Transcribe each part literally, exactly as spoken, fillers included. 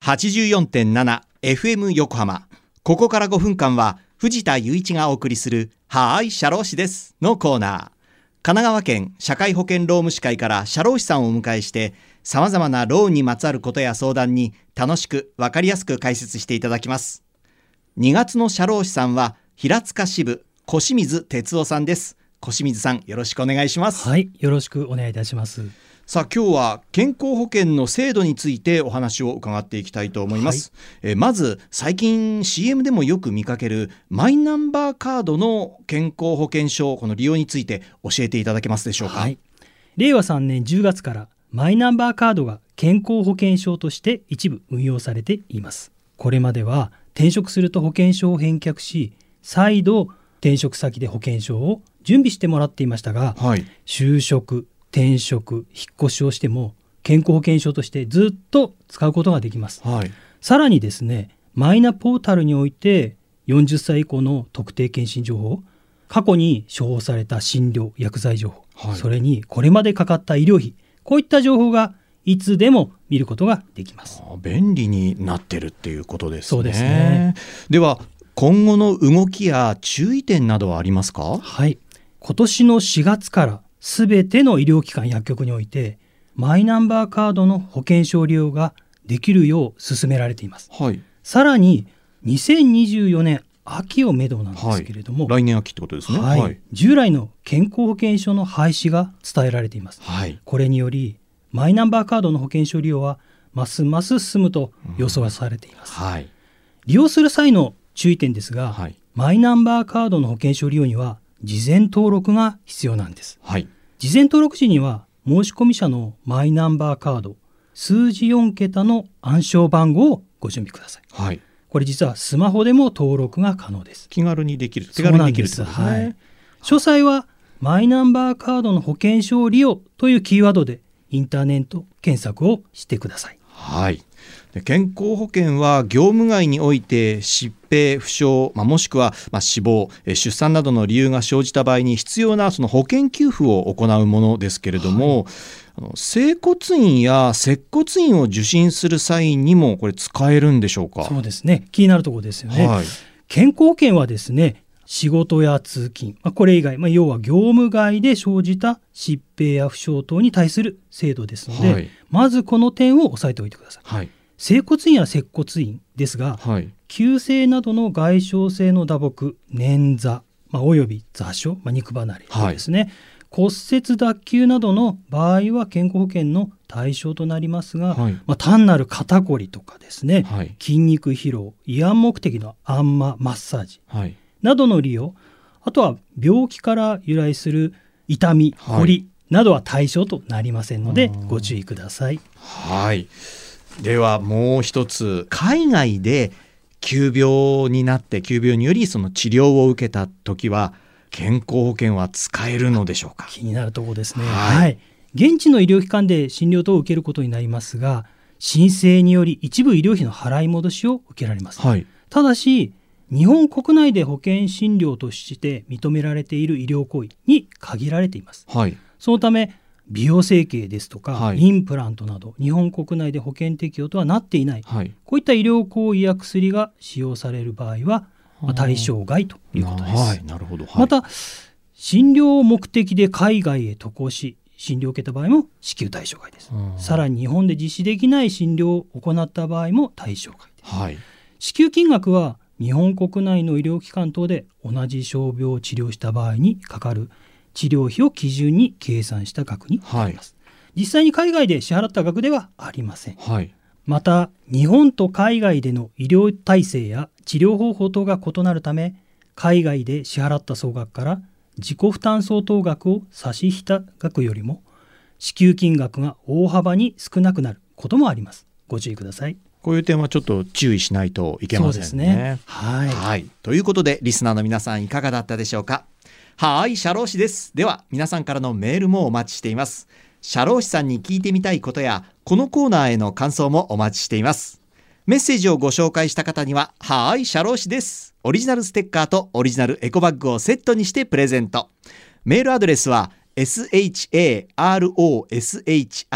はちじゅうよんてんななエフエム 横浜。ここからごふんかんは藤田雄一がお送りするはーい社労士ですのコーナー。神奈川県社会保険労務士会から社労士さんをお迎えして、さまざまなローンにまつわることや相談に楽しく分かりやすく解説していただきます。にがつの社労士さんは平塚支部小清水哲夫さんです。小清水さん、よろしくお願いします。 はい、よろしくお願いいたします。 さあ、今日は健康保険の制度についてお話を伺っていきたいと思います、はい、えまず最近 シーエム でもよく見かけるマイナンバーカードの健康保険証、この利用について教えていただけますでしょうか。 はい、れいわさんねんじゅうがつからマイナンバーカードが健康保険証として一部運用されています。これまでは転職すると保険証を返却し、再度転職先で保険証を準備してもらっていましたが、はい、就職転職引っ越しをしても健康保険証としてずっと使うことができます、はい、さらにですね、マイナポータルにおいてよんじゅっさい以降の特定健診情報、過去に処方された診療薬剤情報、はい、それにこれまでかかった医療費、こういった情報がいつでも見ることができます。 あ、便利になってるっていうことですね。 そうですね。 では今後の動きや注意点などはありますか。 はい、今年のしがつからすべての医療機関薬局においてマイナンバーカードの保険証利用ができるよう進められています、はい、さらににせんにじゅうよねん秋をめどなんですけれども、 はい、来年秋ってことですね、 はいはい、 従来の健康保険証の廃止が伝えられています、はい、これによりマイナンバーカードの保険証利用はますます進むと予想されています、うん、はい、利用する際の注意点ですが、はい、マイナンバーカードの保険証利用には事前登録が必要なんです、はい、事前登録時には申込者のマイナンバーカード数字よんけたの暗証番号をご準備ください、はい、これ実はスマホでも登録が可能です。 気軽にできる手軽にできるってことですね、はい、 詳細はマイナンバーカードの保険証利用というキーワードでインターネット検索をしてください。 はい、で健康保険は業務外において疾病、負傷、まあ、もしくは、まあ、死亡、出産などの理由が生じた場合に必要なその保険給付を行うものですけれども、はい、あの整骨院や接骨院を受診する際にもこれ使えるんでしょうか。 そうですね、気になるところですよね、はい、健康保険はですね、仕事や通勤、まあ、これ以外、まあ、要は業務外で生じた疾病や負傷等に対する制度ですので、はい、まずこの点を押さえておいてください、はい、整骨院や接骨院ですが、はい、急性などの外傷性の打撲、捻挫、まあ、および挫傷、まあ、肉離れですね、はい、骨折脱臼などの場合は健康保険の対象となりますが、はい、まあ、単なる肩こりとかですね、はい、筋肉疲労、慰安目的のあんまマッサージ、はい、などの利用、あとは病気から由来する痛み、はい、こりなどは対象となりませんのでご注意ください。 はい、ではもう一つ、海外で急病になって急病によりその治療を受けたときは健康保険は使えるのでしょうか。 気になるところですね、はいはい、現地の医療機関で診療等を受けることになりますが、申請により一部医療費の払い戻しを受けられます、はい、ただし日本国内で保険診療として認められている医療行為に限られています、はい、そのため美容整形ですとか、はい、インプラントなど日本国内で保険適用とはなっていない、はい、こういった医療行為や薬が使用される場合は、まあ、対象外ということです。はい、なるほど、はい、また診療を目的で海外へ渡航し診療を受けた場合も支給対象外です。さらに日本で実施できない診療を行った場合も対象外です、はい、支給金額は日本国内の医療機関等で同じ傷病を治療した場合にかかる治療費を基準に計算した額になります、はい、実際に海外で支払った額ではありません、はい、また日本と海外での医療体制や治療方法等が異なるため、海外で支払った総額から自己負担相当額を差し引いた額よりも支給金額が大幅に少なくなることもあります。ご注意ください。 こういう点はちょっと注意しないといけませんね。そうですね、はいはい、ということでリスナーの皆さんいかがだったでしょうか。はい、社労士です。では皆さんからのメールもお待ちしています。社労士さんに聞いてみたいことやこのコーナーへの感想もお待ちしています。メッセージをご紹介した方にははい、社労士ですオリジナルステッカーとオリジナルエコバッグをセットにしてプレゼント。メールアドレスは シャロシ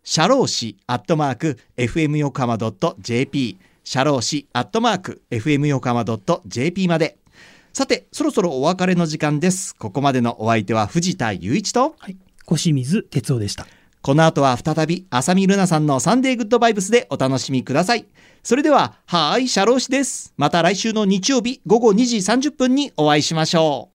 社労士アットマーク エフエム 横浜 .jp 社労士アットマーク エフエム 横浜 .jp まで。さて、そろそろお別れの時間です。ここまでのお相手は藤田雄一と、 はい、小水哲夫でした。 この後は再び浅見ルナさんのサンデーグッドバイブスでお楽しみください。それでは、はーい、社労士です。また来週の日曜日午後にじさんじゅっぷんにお会いしましょう。